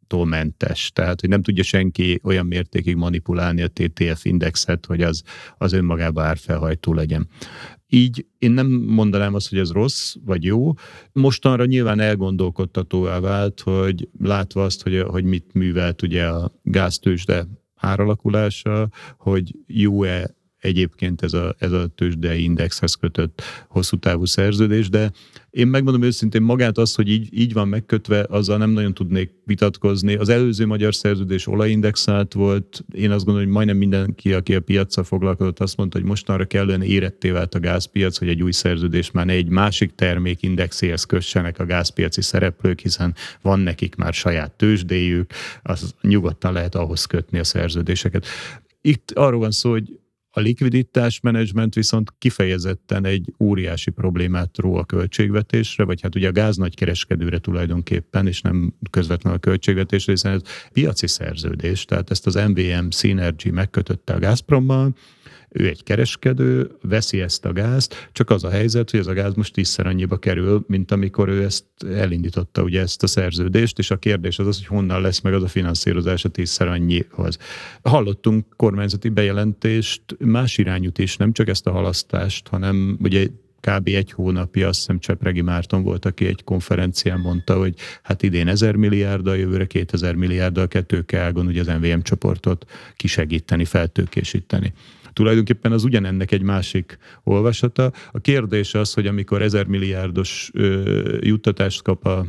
Speaker 3: ártól mentes. Tehát, hogy nem tudja senki olyan mértékig manipulálni a té té ef indexet, hogy az, az önmagában árfelhajtó legyen. Így én nem mondanám azt, hogy ez rossz vagy jó. Mostanra nyilván elgondolkodtatóvá vált, hogy látva azt, hogy, hogy mit művelt ugye a gáztőzsde áralakulása, hogy jó-e egyébként ez a, ez a tőzsdei indexhez kötött hosszú távú szerződés, de én megmondom őszintén, magát az, hogy így, így van megkötve, azzal nem nagyon tudnék vitatkozni. Az előző magyar szerződés olajindexált volt. Én azt gondolom, hogy majdnem mindenki, aki a piaccal foglalkozott, azt mondta, hogy mostanra kellően éretté vált a gázpiac, hogy egy új szerződés már ne egy másik termék indexéhez kössenek a gázpiaci szereplők, hiszen van nekik már saját tőzsdéjük, az nyugodtan lehet ahhoz kötni a szerződéseket. Itt arról van szó, hogy a likviditás menedzsment viszont kifejezetten egy óriási problémát ró a költségvetésre, vagy hát ugye a gáz nagykereskedőre tulajdonképpen, és nem közvetlenül a költségvetésre, hiszen ez piaci szerződés, tehát ezt az em vé em Synergy megkötötte a Gazprommal, ő egy kereskedő, veszi ezt a gázt, csak az a helyzet, hogy ez a gáz most tízszer annyiba kerül, mint amikor ő ezt elindította, ugye ezt a szerződést, és a kérdés az az, hogy honnan lesz meg az a finanszírozás a tízszer annyihoz. Hallottunk kormányzati bejelentést, más irányút is, nem csak ezt a halasztást, hanem ugye kb. Egy hónapja, azt hiszem Csepregi Márton volt, aki egy konferencián mondta, hogy hát idén ezer milliárddal, jövőre kétezer milliárddal kell tőkeágon ugye az em vé em csoportot kisegíteni, feltőkésíteni. Tulajdonképpen az ugyanennek egy másik olvasata. A kérdés az, hogy amikor ezer milliárdos ö, juttatást kap a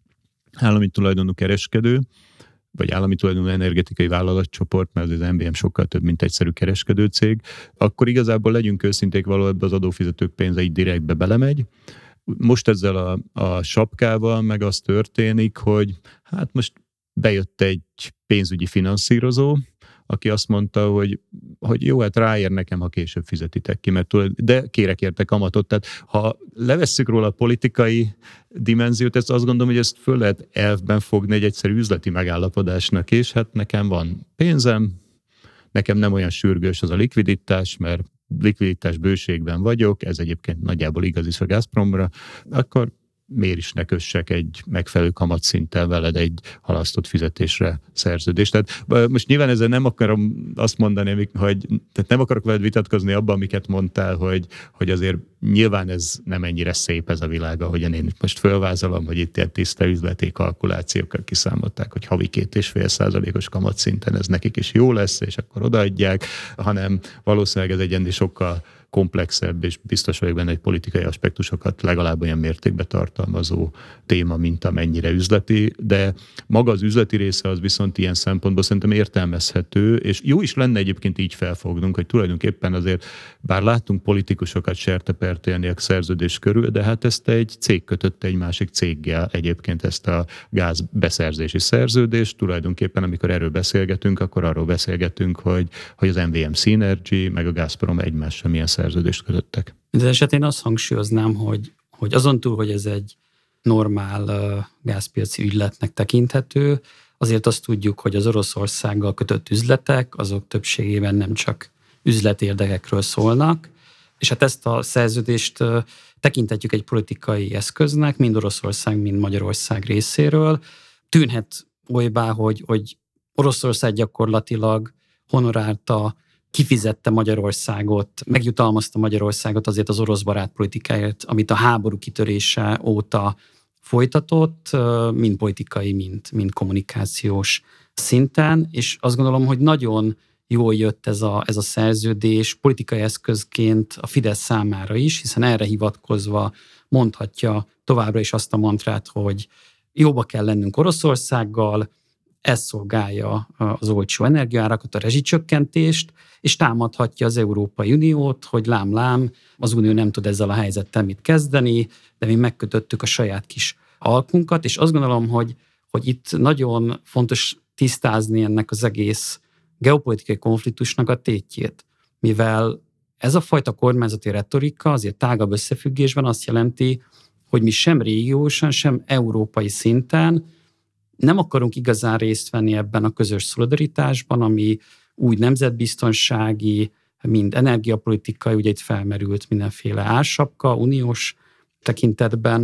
Speaker 3: állami tulajdonú kereskedő, vagy állami tulajdonú energetikai vállalatcsoport, mert az em vé em sokkal több, mint egyszerű kereskedőcég, akkor igazából legyünk őszinték, való ebbe az adófizetők pénze így direktbe belemegy. Most ezzel a, a sapkával meg az történik, hogy hát most bejött egy pénzügyi finanszírozó, aki azt mondta, hogy, hogy jó, hát ráér nekem, ha később fizetitek ki, mert tudod, de kérek érte kamatot. Tehát ha levesszük róla a politikai dimenziót, ezt azt gondolom, hogy ezt föl lehet elfben fogni egy egyszerű üzleti megállapodásnak, és hát nekem van pénzem, nekem nem olyan sürgős az a likviditás, mert likviditás bőségben vagyok, ez egyébként nagyjából igaz is a Gazpromra, akkor miért is ne kössek egy megfelelő kamatszinttel veled egy halasztott fizetésre szerződést. Tehát most nyilván ezzel nem akarom azt mondani, hogy tehát nem akarok veled vitatkozni abban, amiket mondtál, hogy, hogy azért nyilván ez nem ennyire szép ez a világ, ahogyan én most fölvázolom, hogy itt ilyen tiszta üzleti kalkulációkkal kiszámolták, hogy havi két és fél százalékos kamatszinten ez nekik is jó lesz, és akkor odaadják, hanem valószínűleg ez egy ennél sokkal komplexebb, és biztos vagyok benne, egy politikai aspektusokat legalább olyan mértékben tartalmazó téma, mint amennyire üzleti, de maga az üzleti része az viszont ilyen szempontból szerintem értelmezhető, és jó is lenne egyébként így felfognunk, hogy tulajdonképpen azért, bár láttunk politikusokat sertepert élni a szerződés körül, de hát ezt egy cég kötötte egy másik céggel egyébként ezt a gázbeszerzési szerződést, tulajdonképpen amikor erről beszélgetünk, akkor arról beszélgetünk, hogy, hogy az em vé em Synergy meg a Gazprom egymással milyen szerződést kötöttek.
Speaker 4: De esetén azt hangsúlyoznám, hogy, hogy azon túl, hogy ez egy normál uh, gázpiaci ügyletnek tekinthető, azért azt tudjuk, hogy az Oroszországgal kötött üzletek, azok többségében nem csak üzletérdekekről szólnak, és hát ezt a szerződést uh, tekinthetjük egy politikai eszköznek, mind Oroszország, mind Magyarország részéről. Tűnhet olybá, hogy, hogy Oroszország gyakorlatilag honorálta, kifizette Magyarországot, megjutalmazta Magyarországot azért az orosz barát politikáért, amit a háború kitörése óta folytatott, mind politikai, mind, mind kommunikációs szinten, és azt gondolom, hogy nagyon jól jött ez a, ez a szerződés politikai eszközként a Fidesz számára is, hiszen erre hivatkozva mondhatja továbbra is azt a mantrát, hogy jóba kell lennünk Oroszországgal, ez szolgálja az olcsó energiaárakat, a rezsicsökkentést, és támadhatja az Európai Uniót, hogy lám-lám, az Unió nem tud ezzel a helyzettel mit kezdeni, de mi megkötöttük a saját kis alkunkat, és azt gondolom, hogy, hogy itt nagyon fontos tisztázni ennek az egész geopolitikai konfliktusnak a tétjét, mivel ez a fajta kormányzati retorika azért tágabb összefüggésben azt jelenti, hogy mi sem régiósan, sem európai szinten nem akarunk igazán részt venni ebben a közös szolidaritásban, ami úgy nemzetbiztonsági, mind energiapolitikai, ugye itt felmerült mindenféle ársapka, uniós tekintetben,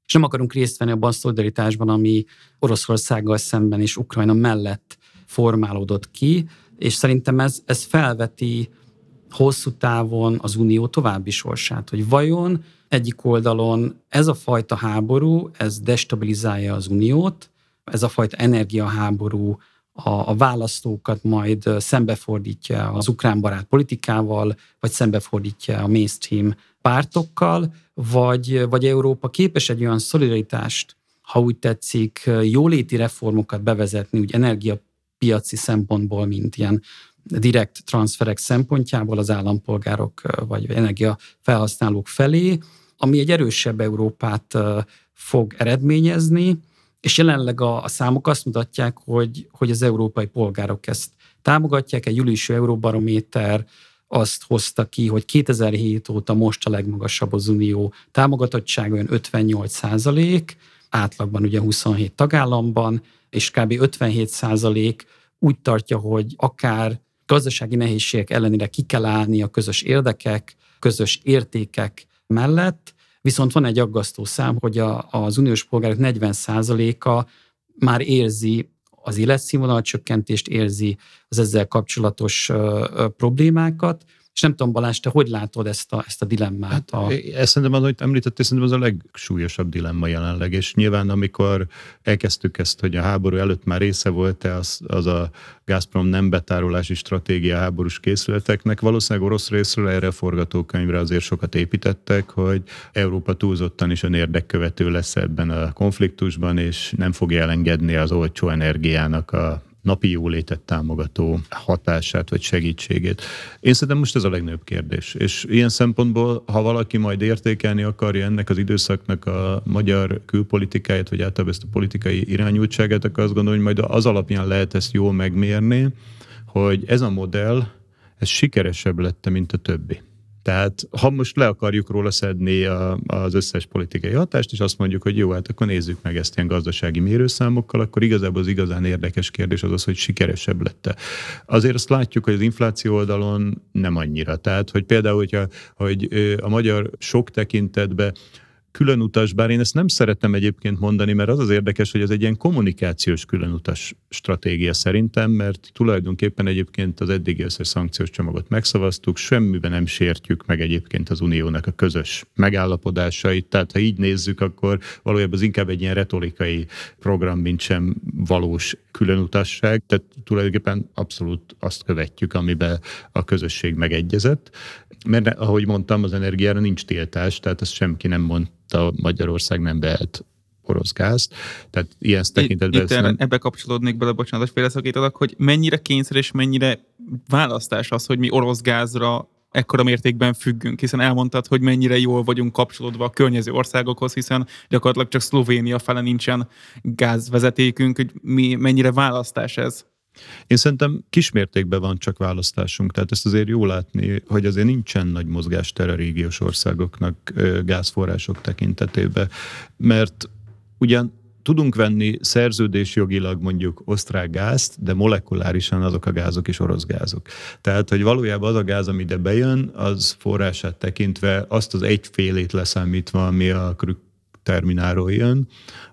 Speaker 4: és nem akarunk részt venni abban a szolidaritásban, ami Oroszországgal szemben és Ukrajna mellett formálódott ki, és szerintem ez, ez felveti hosszú távon az unió további sorsát, hogy vajon egyik oldalon ez a fajta háború, ez destabilizálja az uniót, ez a fajta energiaháború a, a választókat majd szembefordítja az ukránbarát politikával, vagy szembefordítja a mainstream pártokkal, vagy, vagy Európa képes egy olyan szolidaritást, ha úgy tetszik, jóléti reformokat bevezetni, úgy energiapiaci szempontból, mint ilyen direkt transferek szempontjából az állampolgárok vagy energiafelhasználók felé, ami egy erősebb Európát fog eredményezni, és jelenleg a, a számok azt mutatják, hogy, hogy az európai polgárok ezt támogatják. Egy júliusi Euróbarométer azt hozta ki, hogy kétezer-hét óta most a legmagasabb az unió támogatottsága, olyan ötvennyolc százalék, átlagban ugye huszonhét tagállamban, és kb. ötvenhét százalék úgy tartja, hogy akár gazdasági nehézségek ellenére ki kell állni a közös érdekek, közös értékek mellett, viszont van egy aggasztó szám, hogy a, az uniós polgárok negyven százaléka már érzi az életszínvonal csökkentést, érzi az ezzel kapcsolatos ö, ö, problémákat, és nem tudom, Balázs, te hogy látod ezt a, ezt a dilemmát? A...
Speaker 3: Ezt szerintem, ahogy említettél, szerintem az a legsúlyosabb dilemma jelenleg, és nyilván amikor elkezdtük ezt, hogy a háború előtt már része volt-e az, az a Gazprom nem betárolási stratégia háborús készületeknek, valószínűleg orosz részről erre a forgatókönyvre azért sokat építettek, hogy Európa túlzottan is önérdekkövető lesz ebben a konfliktusban, és nem fogja elengedni az olcsó energiának a napi jólétet támogató hatását vagy segítségét. Én szerintem most ez a legnagyobb kérdés. És ilyen szempontból, ha valaki majd értékelni akarja ennek az időszaknak a magyar külpolitikáját, vagy általában ezt a politikai irányultságát, akkor azt gondolom, hogy majd az alapján lehet ezt jól megmérni, hogy ez a modell, ez sikeresebb lett, mint a többi. Tehát ha most le akarjuk róla szedni a, az összes politikai hatást, és azt mondjuk, hogy jó, hát akkor nézzük meg ezt ilyen gazdasági mérőszámokkal, akkor igazából az igazán érdekes kérdés az az, hogy sikeresebb lett-e. Azért azt látjuk, hogy az infláció oldalon nem annyira. Tehát, hogy például, hogyha, hogy a magyar sok tekintetben különutas, bár én ezt nem szeretem egyébként mondani, mert az az érdekes, hogy ez egy ilyen kommunikációs különutas stratégia szerintem, mert tulajdonképpen egyébként az eddigi összes szankciós csomagot megszavaztuk, semmiben nem sértjük meg egyébként az uniónak a közös megállapodásait, tehát ha így nézzük, akkor valójában az inkább egy ilyen retorikai program, mint sem valós különutasság, tehát tulajdonképpen abszolút azt követjük, amiben a közösség megegyezett. Mert ahogy mondtam, az energiára nincs tiltás, tehát ezt semki nem mondta, Magyarország nem vehet orosz gázt. Tehát ilyen tekintetben...
Speaker 1: Itt, itt nem... ebbe kapcsolódnék bele, bocsánat, hogy félreszakítalak, hogy mennyire kényszer és mennyire választás az, hogy mi orosz gázra ekkora mértékben függünk, hiszen elmondtad, hogy mennyire jól vagyunk kapcsolódva a környező országokhoz, hiszen gyakorlatilag csak Szlovénia fele nincsen gázvezetékünk, hogy mi, mennyire választás ez.
Speaker 3: Én szerintem kismértékben van csak választásunk, tehát ezt azért jó látni, hogy azért nincsen nagy mozgástere a régiós országoknak gázforrások tekintetében, mert ugyan tudunk venni szerződésjogilag mondjuk osztrák gázt, de molekulárisan azok a gázok is orosz gázok. Tehát, hogy valójában az a gáz, ami ide bejön, az forrását tekintve azt az egyfélét leszámítva, ami a Krük terminálról jön,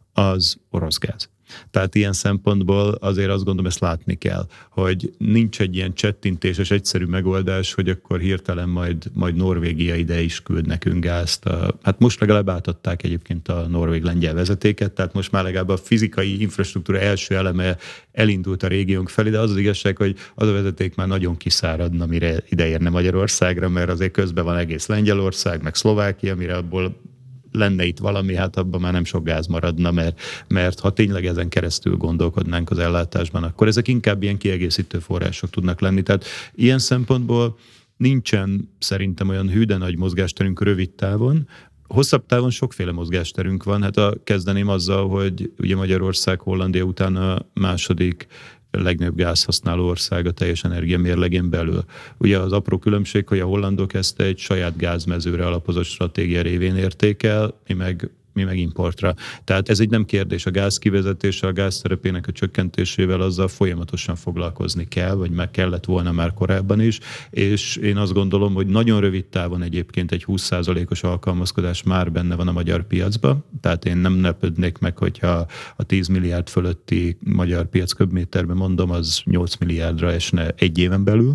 Speaker 3: az orosz gáz. Tehát ilyen szempontból azért azt gondolom, ezt látni kell, hogy nincs egy ilyen csettintéses, egyszerű megoldás, hogy akkor hirtelen majd, majd Norvégia ide is küld nekünk gázt. Hát most legalább átadták egyébként a norvég-lengyel vezetéket, tehát most már legalább a fizikai infrastruktúra első eleme elindult a régiónk felé, de az az igazság, hogy az a vezeték már nagyon kiszáradna, mire ideérne Magyarországra, mert azért közben van egész Lengyelország, meg Szlovákia, mire abból lenne itt valami, hát abban már nem sok gáz maradna, mert, mert ha tényleg ezen keresztül gondolkodnánk az ellátásban, akkor ezek inkább ilyen kiegészítő források tudnak lenni. Tehát ilyen szempontból nincsen szerintem olyan hű de nagy mozgásterünk rövid távon. Hosszabb távon sokféle mozgásterünk van. Hát a, kezdeném azzal, hogy ugye Magyarország Hollandia után a második legnagyobb gázhasználó ország a teljes energia mérlegén belül. Ugye az apró különbség, hogy a hollandok ezt egy saját gázmezőre alapozott stratégia révén érték el, mi meg mi meg importra. Tehát ez egy nem kérdés. A gáz kivezetése, a gáz szerepének a csökkentésével azzal folyamatosan foglalkozni kell, vagy meg kellett volna már korábban is, és én azt gondolom, hogy nagyon rövid távon egyébként egy húsz százalékos alkalmazkodás már benne van a magyar piacba, tehát én nem lepődnék meg, hogyha a tíz milliárd fölötti magyar piac köbméterben mondom, az nyolc milliárdra esne egy éven belül.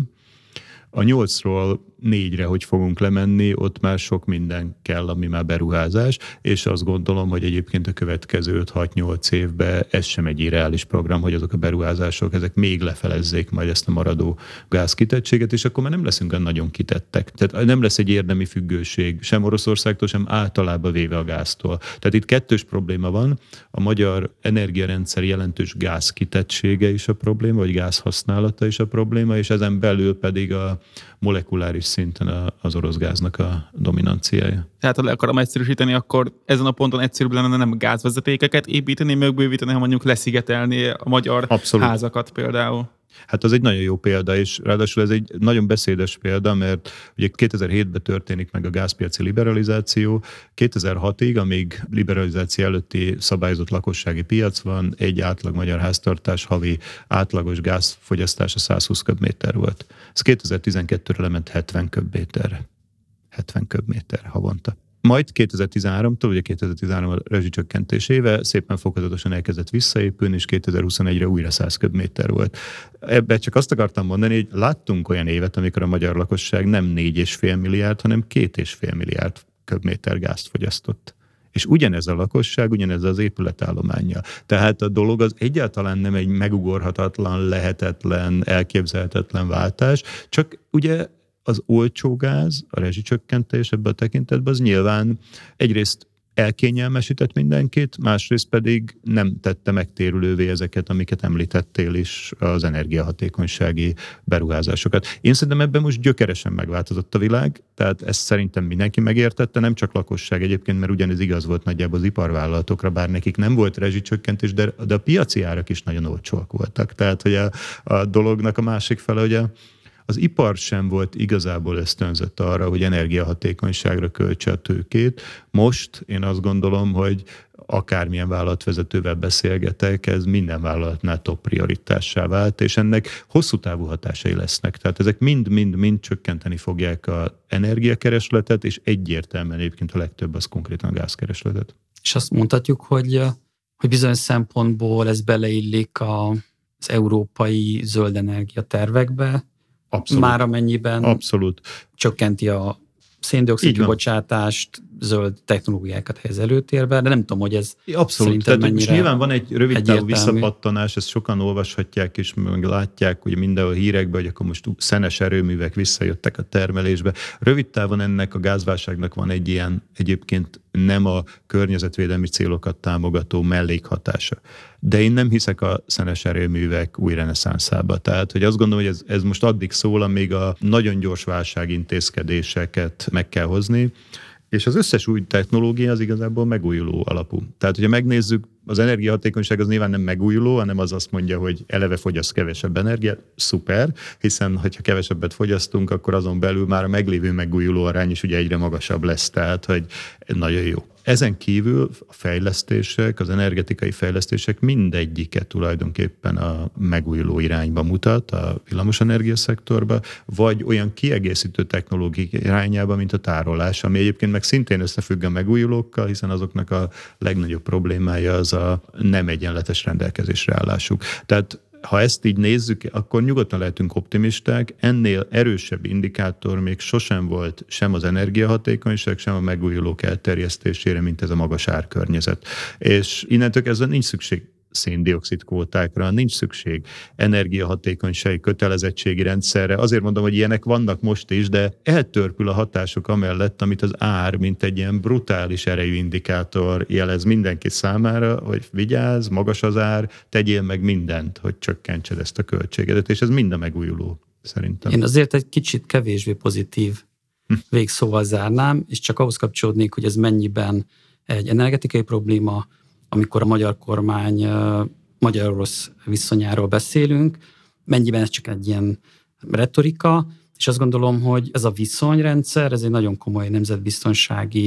Speaker 3: A nyolcról négyre, hogy fogunk lemenni, ott már sok minden kell, ami már beruházás, és azt gondolom, hogy egyébként a következő öt-hat-nyolc évben ez sem egy irreális program, hogy azok a beruházások, ezek még lefelezzék majd ezt a maradó gázkitettséget, és akkor már nem leszünk olyan nagyon kitettek. Tehát nem lesz egy érdemi függőség sem Oroszországtól, sem általában véve a gáztól. Tehát itt kettős probléma van, a magyar energiarendszer jelentős gázkitettsége is a probléma, vagy gázhasználata is a probléma, és ezen belül pedig a molekuláris szinten az orosz gáznak a dominanciája.
Speaker 1: Tehát ha le akarom egyszerűsíteni, akkor ezen a ponton egyszerűbb lenne nem gázvezetékeket építeni, megbővíteni, hanem mondjuk leszigetelni a magyar Abszolút. házakat például.
Speaker 3: Hát az egy nagyon jó példa, és ráadásul ez egy nagyon beszédes példa, mert ugye kétezer-hétben történik meg a gázpiaci liberalizáció, kétezer-hatig, amíg liberalizáció előtti szabályozott lakossági piac van, egy átlag magyar háztartás havi átlagos gázfogyasztása száz húsz köbméter volt. Ez kétezer-tizenkettőre lement hetven köbméterre. hetven köbméter havonta. Majd kétezer-tizenháromtól, ugye kétezer-tizenhárom a rezsicsökkentés éve, szépen fokozatosan elkezdett visszaépülni, és kétezer-huszonegyre újra száz köbméter volt. Ebben csak azt akartam mondani, hogy láttunk olyan évet, amikor a magyar lakosság nem négy egész öt milliárd, hanem két egész öt milliárd köbméter gázt fogyasztott. És ugyanez a lakosság, ugyanez az épületállománya. Tehát a dolog az egyáltalán nem egy megugorhatatlan, lehetetlen, elképzelhetetlen váltás, csak ugye az olcsó gáz, a rezsicsökkentés ebben a tekintetben az nyilván egyrészt elkényelmesített mindenkit, másrészt pedig nem tette megtérülővé ezeket, amiket említettél is, az energiahatékonysági beruházásokat. Én szerintem ebben most gyökeresen megváltozott a világ, tehát ezt szerintem mindenki megértette, nem csak lakosság egyébként, mert ugyanez igaz volt nagyjából az iparvállalatokra, bár nekik nem volt rezsicsökkentés, de, de a piaci árak is nagyon olcsóak voltak. Tehát, hogy a, a dolognak a másik fele, hogy a Az ipar sem volt igazából ösztönzött arra, hogy energiahatékonyságra költse a tőkét. Most én azt gondolom, hogy akármilyen vállalatvezetővel beszélgetek, ez minden vállalatnál top prioritássá vált, és ennek hosszú távú hatásai lesznek. Tehát ezek mind-mind-mind csökkenteni fogják az energiakeresletet, és egyértelműen egyébként a legtöbb az konkrétan a gázkeresletet.
Speaker 4: És azt mondhatjuk, hogy, hogy bizonyos szempontból ez beleillik a, az európai zöld energia tervekbe,
Speaker 3: Abszolút.
Speaker 4: Már amennyiben
Speaker 3: Abszolút.
Speaker 4: csökkenti a széndioxid kibocsátást, zöld technológiákat helyez előtérbe, de nem tudom, hogy ez
Speaker 3: Abszolút. Tehát most nyilván van egy rövid távú visszapattanás, ezt sokan olvashatják és meg látják, hogy mindenhol hírekben, hogy akkor most szenes erőművek visszajöttek a termelésbe. Rövid távon ennek a gázválságnak van egy ilyen egyébként nem a környezetvédelmi célokat támogató mellékhatása. De én nem hiszek a szenes erőművek új reneszánszába. Tehát, hogy azt gondolom, hogy ez, ez most addig szól, amíg a nagyon gyors válságintézkedéseket meg kell hozni, és az összes új technológia az igazából megújuló alapú. Tehát, hogyha megnézzük, az energiahatékonyság az nyilván nem megújuló, hanem az azt mondja, hogy eleve fogyaszt kevesebb energiát, szuper, hiszen hogyha kevesebbet fogyasztunk, akkor azon belül már a meglévő megújuló arány is ugye egyre magasabb lesz, tehát, hogy nagyon jó. Ezen kívül a fejlesztések, az energetikai fejlesztések mindegyike tulajdonképpen a megújuló irányba mutat, a villamosenergia szektorba, vagy olyan kiegészítő technológiai irányába, mint a tárolás, ami egyébként meg szintén összefügg a megújulókkal, hiszen azoknak a legnagyobb problémája az a nem egyenletes rendelkezésre állásuk. Tehát ha ezt így nézzük, akkor nyugodtan lehetünk optimisták, ennél erősebb indikátor még sosem volt sem az energiahatékonyság, sem a megújulók elterjesztésére, mint ez a magas árkörnyezet. És innentől kezdve nincs szükség széndioxid kvótákra, nincs szükség energiahatékonysági kötelezettségi rendszerre. Azért mondom, hogy ilyenek vannak most is, de eltörpül a hatások amellett, amit az ár, mint egy ilyen brutális erejű indikátor jelez mindenki számára, hogy vigyázz, magas az ár, tegyél meg mindent, hogy csökkentsed ezt a költségedet, és ez mind a megújuló, szerintem.
Speaker 4: Én azért egy kicsit kevésbé pozitív
Speaker 3: hm.
Speaker 4: végszóval zárnám, és csak ahhoz kapcsolódnék, hogy ez mennyiben egy energetikai probléma, amikor a magyar kormány magyar-orosz viszonyáról beszélünk, mennyiben ez csak egy ilyen retorika, és azt gondolom, hogy ez a viszonyrendszer, ez egy nagyon komoly nemzetbiztonsági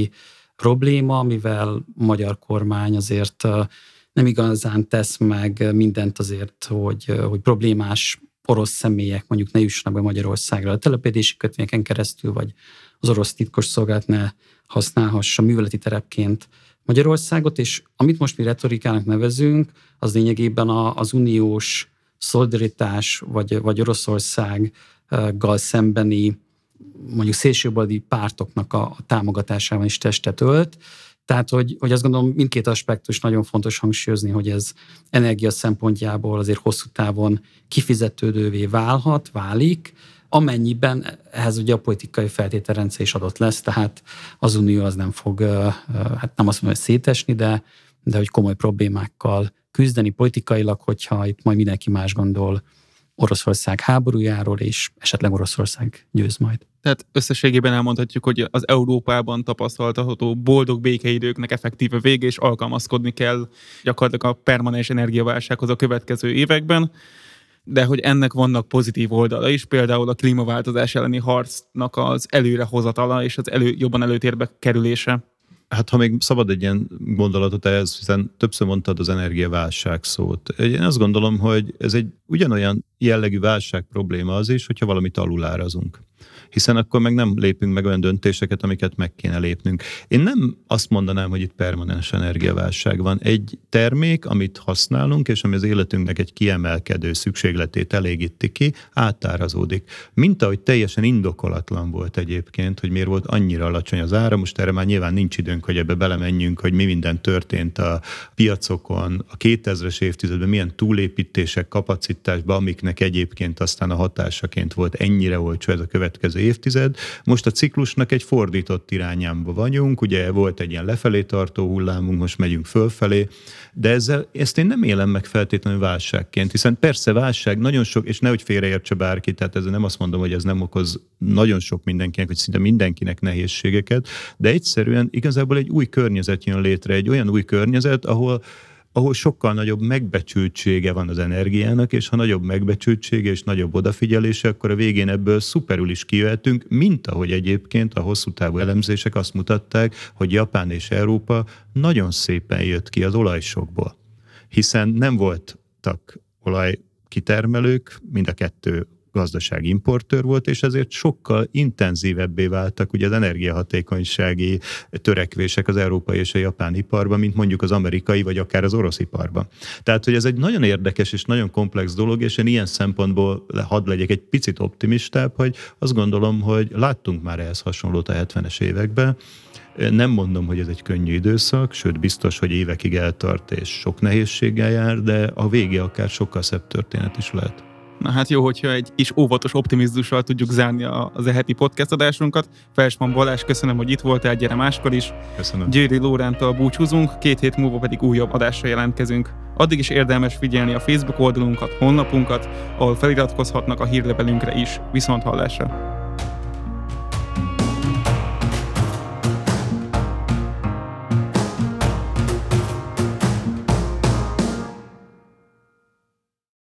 Speaker 4: probléma, mivel a magyar kormány azért nem igazán tesz meg mindent azért, hogy, hogy problémás orosz személyek mondjuk ne jussanak be Magyarországra a telepedési kötvényeken keresztül, vagy az orosz titkosszolgálat ne használhassa műveleti terepként Magyarországot, és amit most mi retorikának nevezünk, az lényegében az uniós szolidaritás, vagy, vagy Oroszországgal szembeni mondjuk szélsőjobboldali pártoknak a, a támogatásában is testet ölt. Tehát, hogy, hogy azt gondolom, mindkét aspektus nagyon fontos hangsúlyozni, hogy ez energia szempontjából azért hosszú távon kifizetődővé válhat, válik, amennyiben ehhez ugye a politikai feltételrendszer is adott lesz, tehát az Unió az nem fog, hát nem azt mondom, hogy szétesni, de, de hogy komoly problémákkal küzdeni politikailag, hogyha itt majd mindenki más gondol Oroszország háborújáról, és esetleg Oroszország győz majd.
Speaker 1: Tehát összességében elmondhatjuk, hogy az Európában tapasztalható boldog békeidőknek effektíve vége, és alkalmazkodni kell gyakorlatilag a permanens energiaválsághoz a következő években, de hogy ennek vannak pozitív oldala is, például a klímaváltozás elleni harcnak az előrehozatala és az elő, jobban előtérbe kerülése.
Speaker 3: Hát ha még szabad egy ilyen gondolatot ehhez, hiszen többször mondtad az energiaválság szót. Én azt gondolom, hogy ez egy ugyanolyan jellegű válság probléma az is, hogyha valamit alulárazunk. Hiszen akkor meg nem lépünk meg olyan döntéseket, amiket meg kéne lépnünk. Én nem azt mondanám, hogy itt permanens energiaválság van. Egy termék, amit használunk, és ami az életünknek egy kiemelkedő szükségletét elégíti ki, átárazódik. Mint ahogy teljesen indokolatlan volt egyébként, hogy miért volt annyira alacsony az ára. Most erre már nyilván nincs időnk, hogy ebbe belemenjünk, hogy mi minden történt a piacokon, a kétezres évtizedben milyen túlépítések, kapacitásban, amiknek egyébként aztán a hatásaként volt ennyire olcsó ez a következő évtized. Most a ciklusnak egy fordított irányába vagyunk, ugye volt egy ilyen lefelé tartó hullámunk, most megyünk fölfelé, de ezzel, ezt én nem élem meg feltétlenül válságként, hiszen persze válság nagyon sok, és nehogy félreértse bárki, tehát ezzel nem azt mondom, hogy ez nem okoz nagyon sok mindenkinek, vagy szinte mindenkinek nehézségeket, de egyszerűen igazából egy új környezet jön létre, egy olyan új környezet, ahol ahol sokkal nagyobb megbecsültsége van az energiának, és ha nagyobb megbecsültsége és nagyobb odafigyelése, akkor a végén ebből szuperül is kijöhetünk, mint ahogy egyébként a hosszú távú elemzések azt mutatták, hogy Japán és Európa nagyon szépen jött ki az olajsokból. Hiszen nem voltak olajkitermelők, mind a kettő gazdasági importőr volt, és ezért sokkal intenzívebbé váltak ugye az energiahatékonysági törekvések az európai és a japán iparban, mint mondjuk az amerikai, vagy akár az orosz iparban. Tehát, hogy ez egy nagyon érdekes és nagyon komplex dolog, és én ilyen szempontból hadd legyek egy picit optimistább, hogy azt gondolom, hogy láttunk már ehhez hasonlót a hetvenes években. Nem mondom, hogy ez egy könnyű időszak, sőt biztos, hogy évekig eltart és sok nehézséggel jár, de a vége akár sokkal szebb történet is lehet.
Speaker 1: Na hát jó, hogyha egy kis óvatos optimizmussal tudjuk zárni az e heti podcast adásunkat. Felsman Balázs, köszönöm, hogy itt voltál, gyere máskor is.
Speaker 3: Köszönöm.
Speaker 1: Győri Lóránttal búcsúzunk, két hét múlva pedig újabb adásra jelentkezünk. Addig is érdemes figyelni a Facebook oldalunkat, honlapunkat, ahol feliratkozhatnak a hírlevelünkre is. Viszont hallásra!